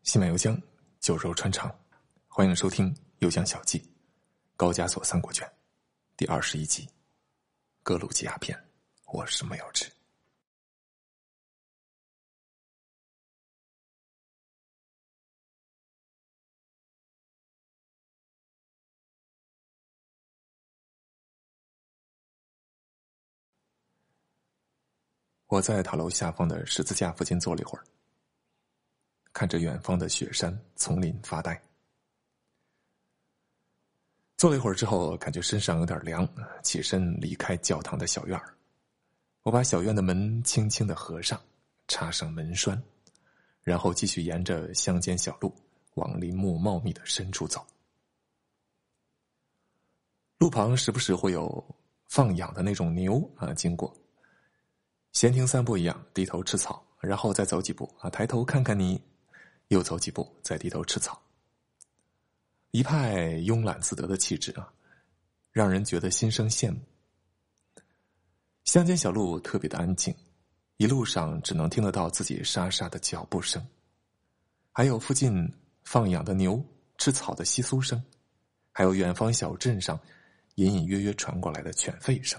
西满油江，酒肉穿肠，欢迎收听《油江小记》高加索三国卷第21集格鲁吉亚篇。我是没有吃。我在塔楼下方的十字架附近坐了一会儿，看着远方的雪山丛林发呆。坐了一会儿之后，感觉身上有点凉，起身离开教堂的小院儿。我把小院的门轻轻地合上，插上门栓，然后继续沿着乡间小路往林木茂密的深处走。路旁时不时会有放养的那种牛经过，闲庭散步一样，低头吃草，然后再走几步抬头看看你，又走几步，再低头吃草。一派慵懒自得的气质让人觉得心生羡慕。乡间小路特别的安静，一路上只能听得到自己沙沙的脚步声，还有附近放养的牛吃草的窸窣声，还有远方小镇上隐隐约约传过来的犬吠声。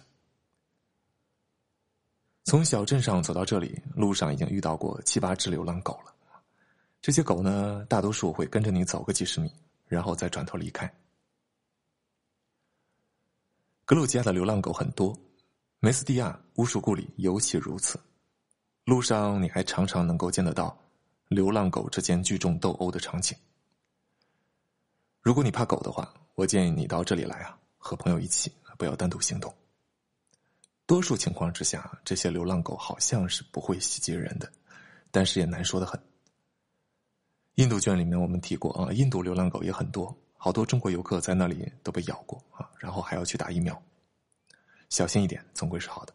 从小镇上走到这里，路上已经遇到过7、8只流浪狗了。这些狗呢，大多数会跟着你走个几十米，然后再转头离开。格鲁吉亚的流浪狗很多，梅斯蒂亚、乌树库里尤其如此。路上你还常常能够见得到流浪狗之间聚众斗殴的场景。如果你怕狗的话，我建议你到这里来和朋友一起，不要单独行动。多数情况之下，这些流浪狗好像是不会袭击人的，但是也难说得很。印度卷里面我们提过印度流浪狗也很多，好多中国游客在那里都被咬过然后还要去打疫苗。小心一点，总归是好的。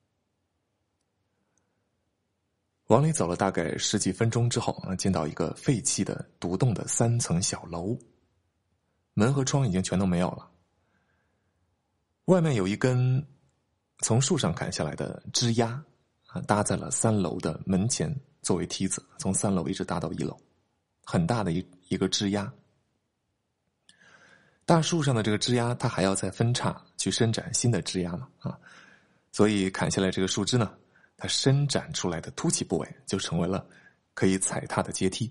往里走了大概10几分钟之后见到一个废弃的独栋的3层小楼，门和窗已经全都没有了。外面有一根从树上砍下来的枝丫搭在了3楼的门前，作为梯子从3楼一直搭到1楼，很大的一个枝丫。大树上的这个枝丫它还要再分叉去伸展新的枝丫嘛所以砍下来这个树枝呢，它伸展出来的凸起部位就成为了可以踩踏的阶梯。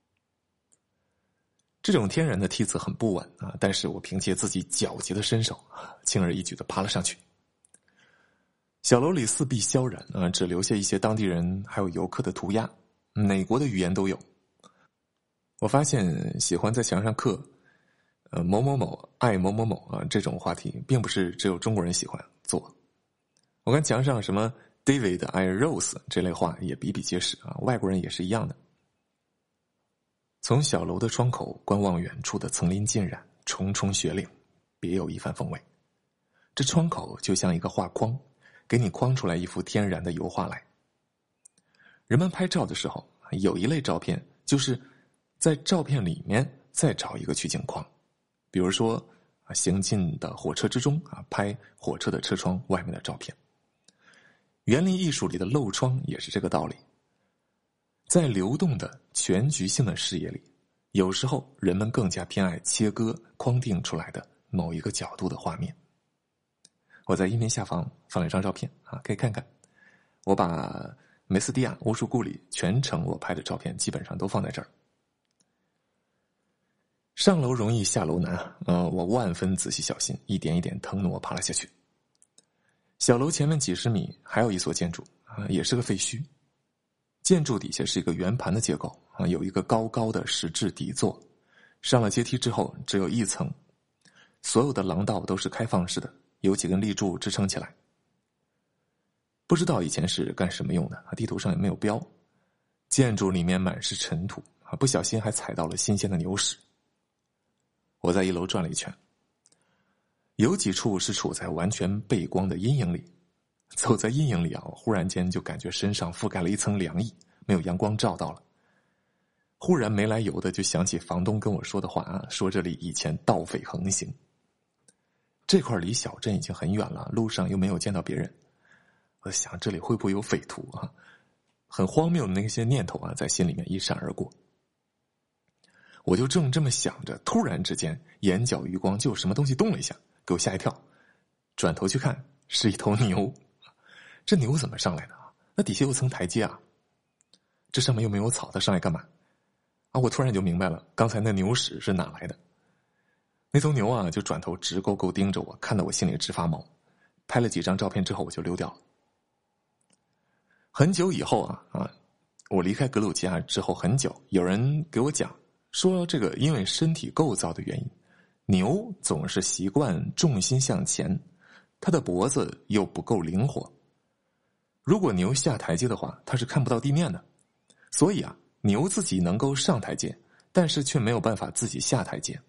这种天然的梯子很不稳但是我凭借自己矫捷的身手轻而易举地爬了上去。小楼里四壁萧然只留下一些当地人还有游客的涂鸦，哪国的语言都有。我发现喜欢在墙上刻某某某爱某某某这种话题并不是只有中国人喜欢做。我看墙上什么 David 爱 Rose 这类话也比比皆是外国人也是一样的。从小楼的窗口观望远处的层林尽染，重重雪岭，别有一番风味。这窗口就像一个画框，给你框出来一幅天然的油画来。人们拍照的时候，有一类照片就是在照片里面再找一个取景框，比如说行进的火车之中拍火车的车窗外面的照片。园林艺术里的漏窗也是这个道理。在流动的全局性的视野里，有时候人们更加偏爱切割框定出来的某一个角度的画面。我在音频下方放了一张照片可以看看。我把梅斯蒂亚、乌树库里全程我拍的照片基本上都放在这儿。上楼容易下楼难我万分仔细小心，一点一点腾挪爬了下去。小楼前面几十米还有一所建筑也是个废墟。建筑底下是一个圆盘的结构有一个高高的石质底座，上了阶梯之后只有1层，所有的廊道都是开放式的，有几根立柱支撑起来。不知道以前是干什么用的地图上也没有标。建筑里面满是尘土不小心还踩到了新鲜的牛屎。我在1楼转了一圈，有几处是处在完全背光的阴影里，走在阴影里忽然间就感觉身上覆盖了一层凉意，没有阳光照到了。忽然没来由的就想起房东跟我说的话说这里以前盗匪横行。这块离小镇已经很远了，路上又没有见到别人，我想这里会不会有匪徒很荒谬的那些念头在心里面一闪而过。 我就正这么想着，突然之间眼角余光就有什么东西动了一下，给我吓一跳。转头去看，是一头牛。这牛怎么上来的啊？那底下有层台阶啊，这上面又没有草，它上来干嘛？啊！我突然就明白了，刚才那牛屎是哪来的？那头牛啊，就转头直勾勾盯着我，看得我心里直发毛。拍了几张照片之后，我就溜掉了。很久以后我离开格鲁吉亚之后很久，有人给我讲说，这个因为身体构造的原因，牛总是习惯重心向前，它的脖子又不够灵活。如果牛下台阶的话，它是看不到地面的，所以牛自己能够上台阶，但是却没有办法自己下台阶。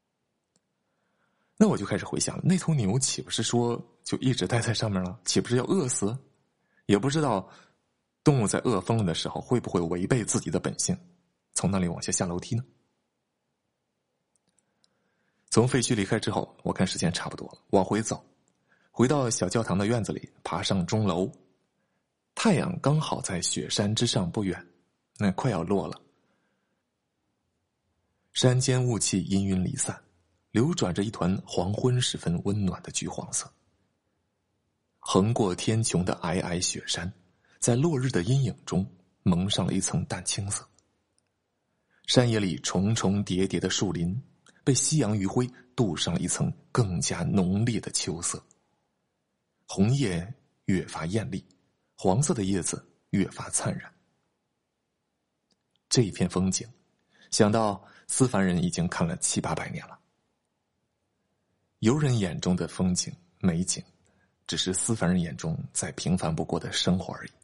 那我就开始回想，那头牛岂不是说就一直待在上面了？岂不是要饿死？也不知道动物在饿疯了的时候会不会违背自己的本性，从那里往下下楼梯呢？从废墟离开之后，我看时间差不多了，往回走，回到小教堂的院子里，爬上钟楼。太阳刚好在雪山之上不远，那快要落了。山间雾气氤氲离散，流转着一团黄昏时分温暖的橘黄色。横过天穹的皑皑雪山，在落日的阴影中蒙上了一层淡青色。山野里重重叠叠的树林，被夕阳余晖镀上了一层更加浓烈的秋色。红叶越发艳丽，黄色的叶子越发灿然。这一片风景，想到思凡人已经看了700-800年了。游人眼中的风景美景，只是思凡人眼中再平凡不过的生活而已。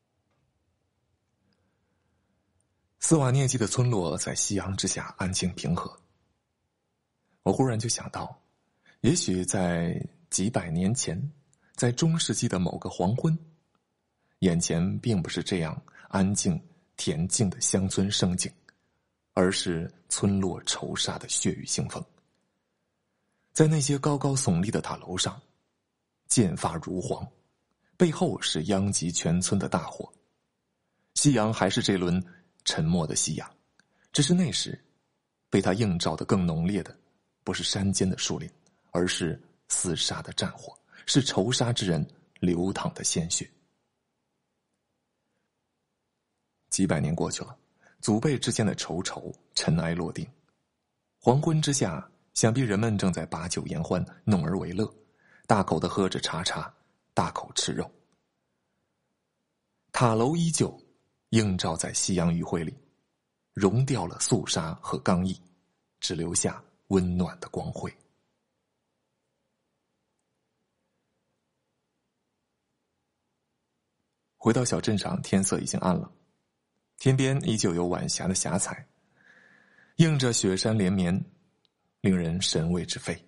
斯瓦涅基的村落在夕阳之下安静平和。我忽然就想到，也许在几百年前，在中世纪的某个黄昏，眼前并不是这样安静恬静的乡村盛景，而是村落仇杀的血雨腥风。在那些高高耸立的大楼上，剑发如黄，背后是殃及全村的大火。夕阳还是这轮沉默的夕阳，只是那时被它映照得更浓烈的，不是山间的树林，而是厮杀的战火，是仇杀之人流淌的鲜血。几百年过去了，祖辈之间的仇尘埃落定。黄昏之下，想必人们正在把酒言欢，弄而为乐，大口地喝着茶，大口吃肉。塔楼依旧映照在夕阳余晖里，融掉了肃杀和刚毅，只留下温暖的光辉。回到小镇上，天色已经暗了，天边依旧有晚霞的霞彩，映着雪山连绵，令人神慰之非。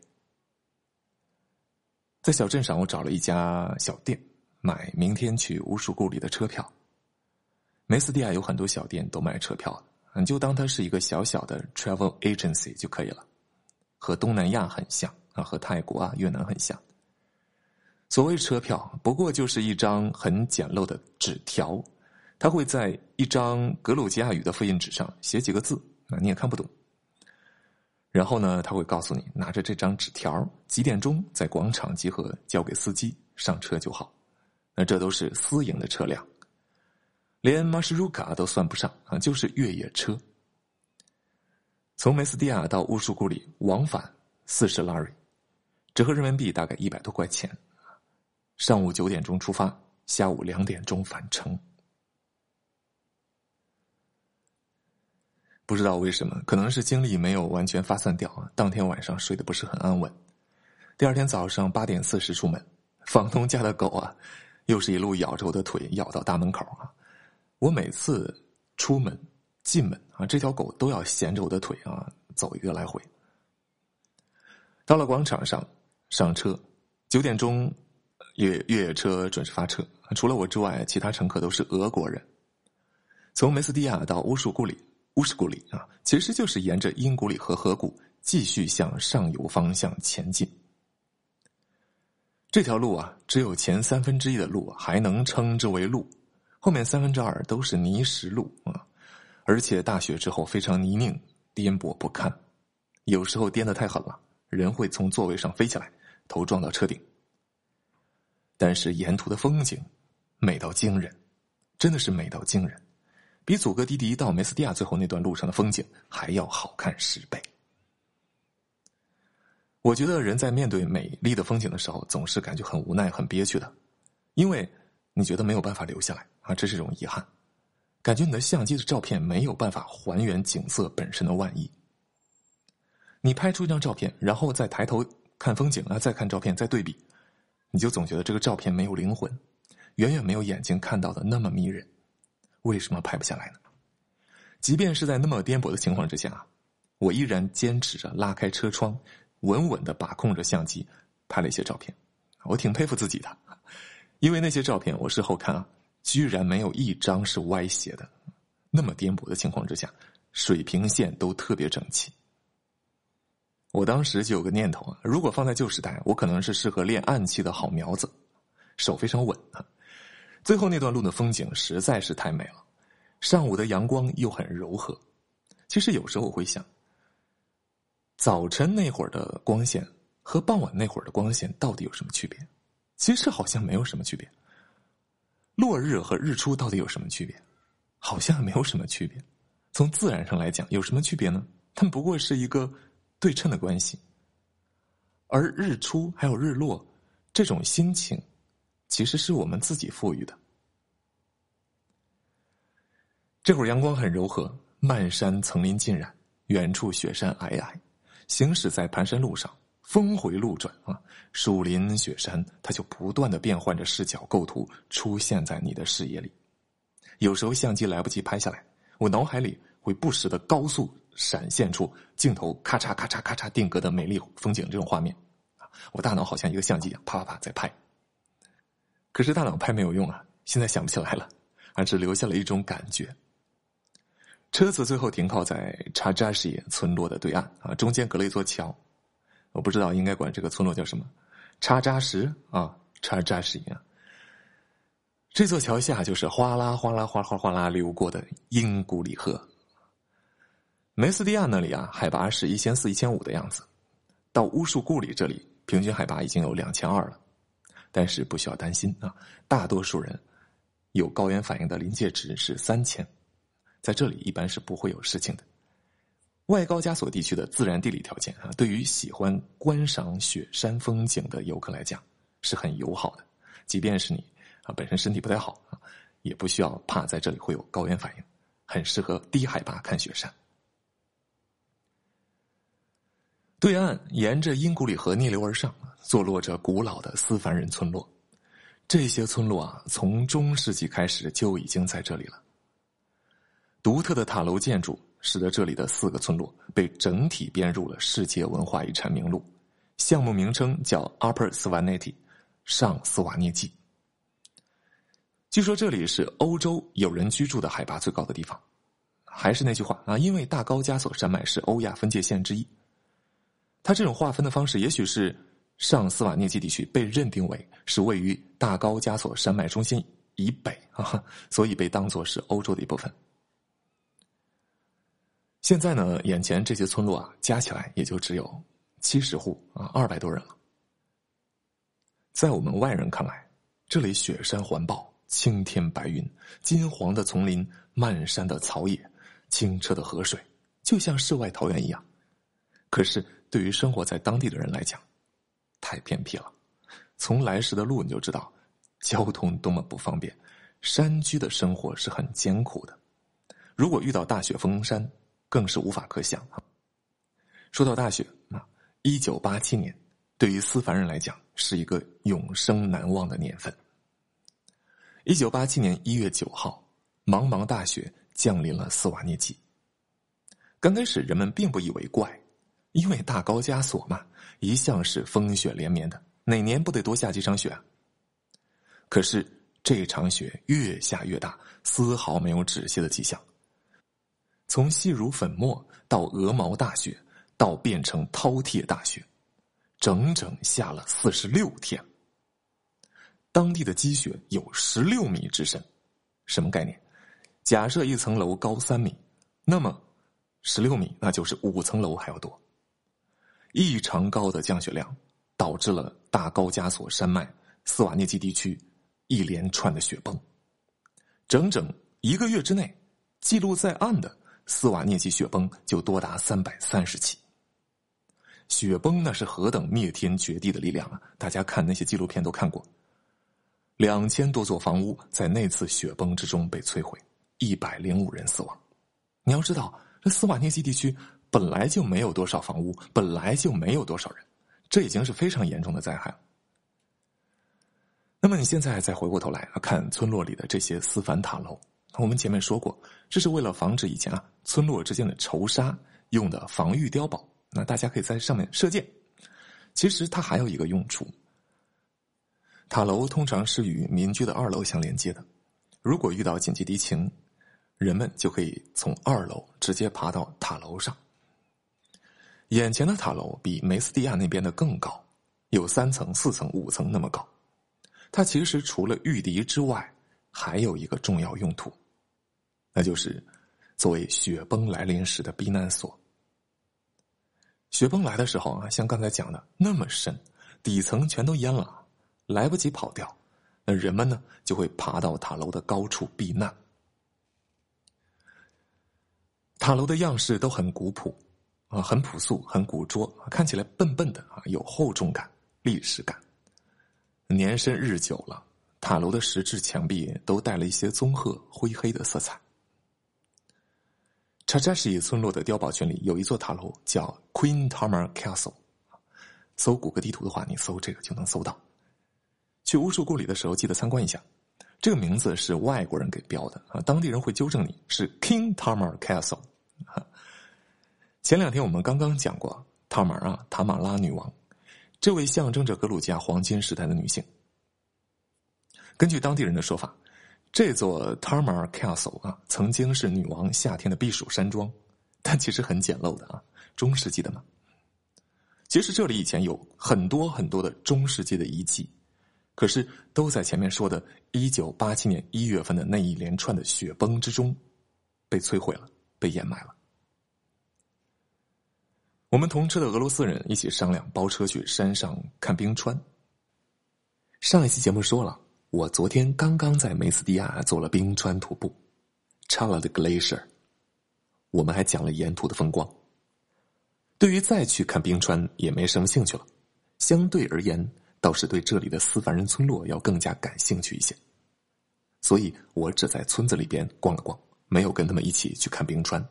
在小镇上，我找了一家小店，买明天去乌树故里的车票。梅斯蒂亚有很多小店都卖车票的，你就当它是一个小小的 travel agency 就可以了，和东南亚很像和泰国越南很像。所谓车票，不过就是一张很简陋的纸条，它会在一张格鲁吉亚语的复印纸上写几个字，你也看不懂。然后呢，他会告诉你拿着这张纸条几点钟在广场集合，交给司机上车就好。那这都是私营的车辆，连马什鲁卡都算不上就是越野车。从梅斯蒂亚到乌树故里往返40拉瑞，折合人民币大概100多块钱。上午9点钟出发，下午2点钟返程。不知道为什么，可能是精力没有完全发散掉当天晚上睡得不是很安稳。第二天早上8点40出门，房东家的狗又是一路咬着我的腿，咬到大门口我每次出门进门这条狗都要衔着我的腿走一个来回。到了广场上上车，9点钟越野车准时发车，除了我之外，其他乘客都是俄国人。从梅斯蒂亚到乌什古里其实就是沿着英古里河河谷继续向上游方向前进。这条路只有前1/3的路还能称之为路，后面2/3都是泥石路而且大雪之后非常泥泞， 颠簸不堪，有时候颠得太狠了，人会从座位上飞起来，头撞到车顶。但是沿途的风景美到惊人，真的是美到惊人，比祖哥滴滴到梅斯蒂亚最后那段路上的风景还要好看10倍。我觉得人在面对美丽的风景的时候，总是感觉很无奈很憋屈的，因为你觉得没有办法留下来啊，这是一种遗憾，感觉你的相机的照片没有办法还原景色本身的万意。你拍出一张照片，然后再抬头看风景啊，再看照片，再对比，你就总觉得这个照片没有灵魂，远远没有眼睛看到的那么迷人。为什么拍不下来呢？即便是在那么颠簸的情况之下，我依然坚持着拉开车窗，稳稳地把控着相机，拍了一些照片。我挺佩服自己的，因为那些照片我事后看啊，居然没有一张是歪斜的。那么颠簸的情况之下，水平线都特别整齐。我当时就有个念头啊，如果放在旧时代，我可能是适合练暗器的好苗子，手非常稳啊。最后那段路的风景实在是太美了，上午的阳光又很柔和。其实有时候我会想，早晨那会儿的光线和傍晚那会儿的光线到底有什么区别？其实好像没有什么区别。落日和日出到底有什么区别？好像没有什么区别。从自然上来讲，有什么区别呢？它们不过是一个对称的关系。而日出还有日落这种心情，其实是我们自己赋予的。这会儿阳光很柔和，漫山层林尽染，远处雪山皑皑，行驶在盘山路上，峰回路转啊，树林雪山，它就不断地变换着视角构图，出现在你的视野里。有时候相机来不及拍下来，我脑海里会不时地高速闪现出镜头咔嚓咔嚓咔嚓定格的美丽风景这种画面，我大脑好像一个相机一样，啪啪啪在拍。可是大脑拍没有用啊，现在想不起来了，而只留下了一种感觉。车子最后停靠在查扎什村落的对岸啊，中间隔了一座桥，我不知道应该管这个村落叫什么，查扎什啊，查扎什啊。这座桥下就是哗啦哗啦哗啦哗啦流过的英古里河。梅斯蒂亚那里啊，海拔是1400、1500的样子，到乌树库里这里，平均海拔已经有2200了。但是不需要担心啊，大多数人有高原反应的临界值是3000。在这里一般是不会有事情的。外高加索地区的自然地理条件啊，对于喜欢观赏雪山风景的游客来讲是很友好的。即便是你啊本身身体不太好啊，也不需要怕在这里会有高原反应，很适合低海拔看雪山。对岸沿着英古里河逆流而上，坐落着古老的斯凡人村落。这些村落啊，从中世纪开始就已经在这里了。独特的塔楼建筑使得这里的4个村落被整体编入了世界文化遗产名录，项目名称叫 Upper Svaneti 上斯瓦涅季。据说这里是欧洲有人居住的海拔最高的地方。还是那句话啊，因为大高加索山脉是欧亚分界线之一，它这种划分的方式也许是上斯瓦涅季地区被认定为是位于大高加索山脉中心以北啊，所以被当作是欧洲的一部分。现在呢，眼前这些村落啊，加起来也就只有70户啊，200多人了。在我们外人看来，这里雪山环抱，青天白云，金黄的丛林，漫山的草野，清澈的河水，就像世外桃源一样。可是对于生活在当地的人来讲，太偏僻了。从来时的路你就知道，交通多么不方便，山居的生活是很艰苦的。如果遇到大雪封山，更是无法可想。说到大雪啊，1987年对于斯凡人来讲是一个永生难忘的年份。1987年1月9号，茫茫大雪降临了斯瓦涅季。刚开始人们并不以为怪，因为大高加索嘛，一向是风雪连绵的，哪年不得多下几场雪啊？可是这场雪越下越大，丝毫没有止歇的迹象。从细如粉末到鹅毛大雪，到变成饕餮大雪，整整下了46天。当地的积雪有16米之深，什么概念？假设一层楼高3米，那么 16米，那就是5层楼还要多。异常高的降雪量导致了大高加索山脉斯瓦涅基地区一连串的雪崩，整整1个月之内，记录在案的斯瓦涅基雪崩就多达330起。雪崩那是何等灭天绝地的力量啊！大家看那些纪录片都看过。2000多座房屋在那次雪崩之中被摧毁，105人死亡。你要知道，这斯瓦涅基地区本来就没有多少房屋，本来就没有多少人，这已经是非常严重的灾害了。那么你现在再回过头来看村落里的这些丝帆塔楼，我们前面说过，这是为了防止以前村落之间的仇杀用的防御碉堡，那大家可以在上面射箭。其实它还有一个用处，塔楼通常是与民居的2楼相连接的，如果遇到紧急敌情，人们就可以从2楼直接爬到塔楼上。眼前的塔楼比梅斯蒂亚那边的更高，有3层、4层、5层那么高。它其实除了御敌之外，还有一个重要用途，那就是作为雪崩来临时的避难所。雪崩来的时候像刚才讲的那么深，底层全都淹了，来不及跑掉，那人们呢就会爬到塔楼的高处避难。塔楼的样式都很古朴很朴素，很古拙，看起来笨笨的有厚重感、历史感。年深日久了，塔楼的石质墙壁都带了一些棕褐、灰黑的色彩。查扎什村落的碉堡群里有一座塔楼叫 Queen Tamar Castle， 搜谷歌地图的话，你搜这个就能搜到。去巫术故里的时候记得参观一下，这个名字是外国人给标的当地人会纠正你是 King Tamar Castle。前2天我们刚刚讲过塔马拉女王，这位象征着格鲁吉亚黄金时代的女性。根据当地人的说法，这座 Tamar Castle 曾经是女王夏天的避暑山庄，但其实很简陋的中世纪的嘛。其实这里以前有很多很多的中世纪的遗迹，可是都在前面说的1987年1月份的那一连串的雪崩之中被摧毁了，被掩埋了。我们同车的俄罗斯人一起商量包车去山上看冰川。上一期节目说了，我昨天刚刚在梅斯蒂亚做了冰川徒步 Chala the Glacier， 我们还讲了沿途的风光。对于再去看冰川也没什么兴趣了，相对而言倒是对这里的斯凡人村落要更加感兴趣一些，所以我只在村子里边逛了逛，没有跟他们一起去看冰川。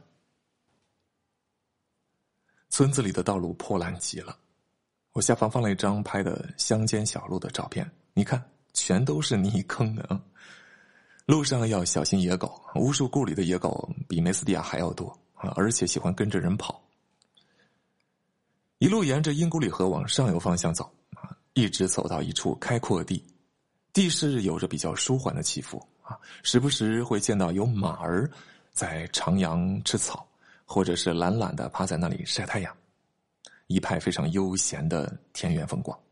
村子里的道路破烂极了，我下方放了一张拍的乡间小路的照片，你看全都是泥坑的路上要小心野狗，巫术故里的野狗比梅斯蒂亚还要多而且喜欢跟着人跑。一路沿着英古里河往上游方向走一直走到一处开阔地，地势有着比较舒缓的起伏时不时会见到有马儿在徜徉吃草，或者是懒懒的趴在那里晒太阳，一派非常悠闲的田园风光。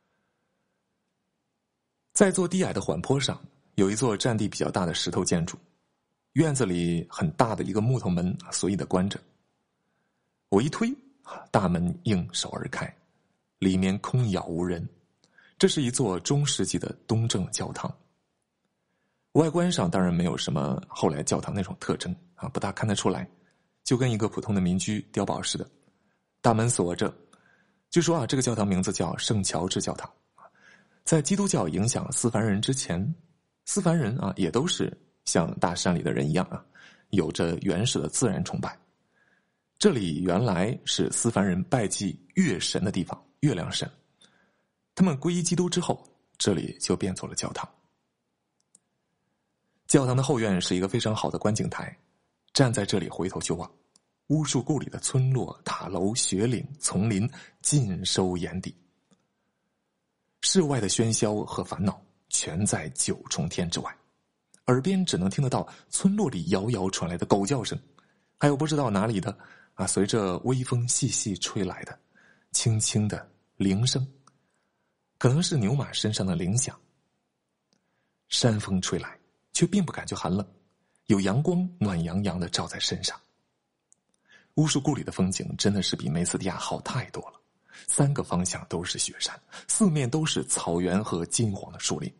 在座低矮的缓坡上有一座占地比较大的石头建筑，院子里很大的一个木头门随意的关着，我一推，大门应手而开，里面空杳无人。这是一座中世纪的东正教堂，外观上当然没有什么后来教堂那种特征不大看得出来，就跟一个普通的民居碉堡似的。大门锁着，据说这个教堂名字叫圣乔治教堂。在基督教影响斯凡人之前，斯凡人也都是像大山里的人一样有着原始的自然崇拜。这里原来是斯凡人拜祭月神的地方，月亮神。他们皈依基督之后，这里就变作了教堂。教堂的后院是一个非常好的观景台，站在这里回头去望，巫术故里的村落、塔楼、雪岭、丛林尽收眼底。室外的喧嚣和烦恼全在9重天之外，耳边只能听得到村落里遥遥传来的狗叫声，还有不知道哪里的随着微风细细吹来的轻轻的铃声，可能是牛马身上的铃响。山风吹来却并不感觉寒冷，有阳光暖洋洋的照在身上。 乌树库里的风景真的是比梅斯蒂亚好太多了，3个方向都是雪山，四面都是草原和金黄的树林。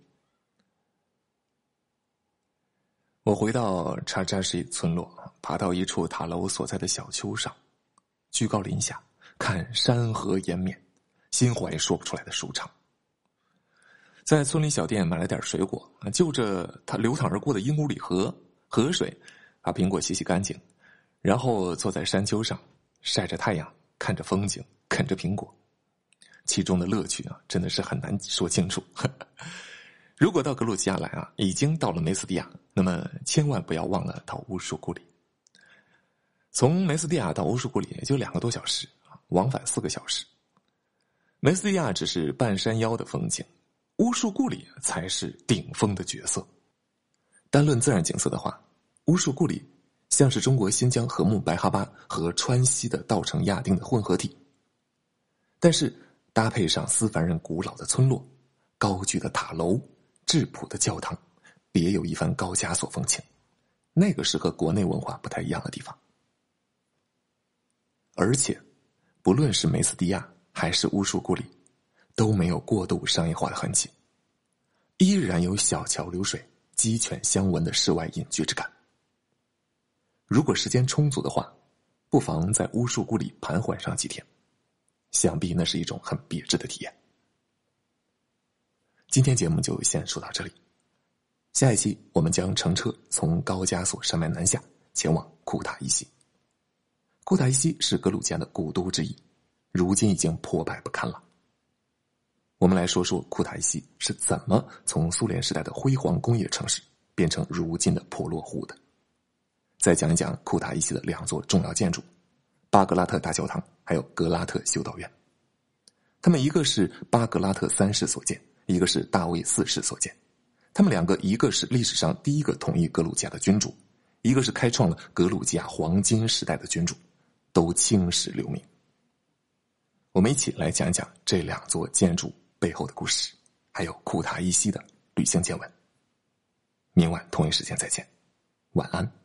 我回到查扎什村落，爬到一处塔楼所在的小丘上，居高临下看山河延绵，心怀说不出来的舒畅。在村里小店买了点水果，就着它流淌而过的鹦鹉里河水，把苹果洗干净，然后坐在山丘上晒着太阳，看着风景，啃着苹果，其中的乐趣真的是很难说清楚。如果到格鲁吉亚来已经到了梅斯蒂亚，那么千万不要忘了到乌树库里。从梅斯蒂亚到乌树库里也就2个多小时，往返4个小时。梅斯蒂亚只是半山腰的风景，乌树库里才是顶峰的角色。单论自然景色的话，乌树库里像是中国新疆禾木白哈巴和川西的稻城亚丁的混合体，但是搭配上斯凡人古老的村落、高踞的塔楼、质朴的教堂，别有一番高加索风情，那个是和国内文化不太一样的地方。而且不论是梅斯蒂亚还是乌树库里，都没有过度商业化的痕迹，依然有小桥流水、鸡犬相闻的世外隐居之感。如果时间充足的话，不妨在乌树库里盘桓上几天，想必那是一种很别致的体验。今天节目就先说到这里，下一期我们将乘车从高加索山脉南下，前往库塔伊西。库塔伊西是格鲁吉亚的古都之一，如今已经破败不堪了。我们来说说库塔伊西是怎么从苏联时代的辉煌工业城市变成如今的破落户的，再讲一讲库塔伊西的2座重要建筑，巴格拉特大教堂还有格拉特修道院。他们一个是巴格拉特3世所建，一个是大卫4世所建。他们2个，一个是历史上第一个统一格鲁吉亚的君主，一个是开创了格鲁吉亚黄金时代的君主，都青史留名。我们一起来讲一讲这2座建筑背后的故事，还有库塔伊西的旅行见闻。明晚同一时间再见，晚安。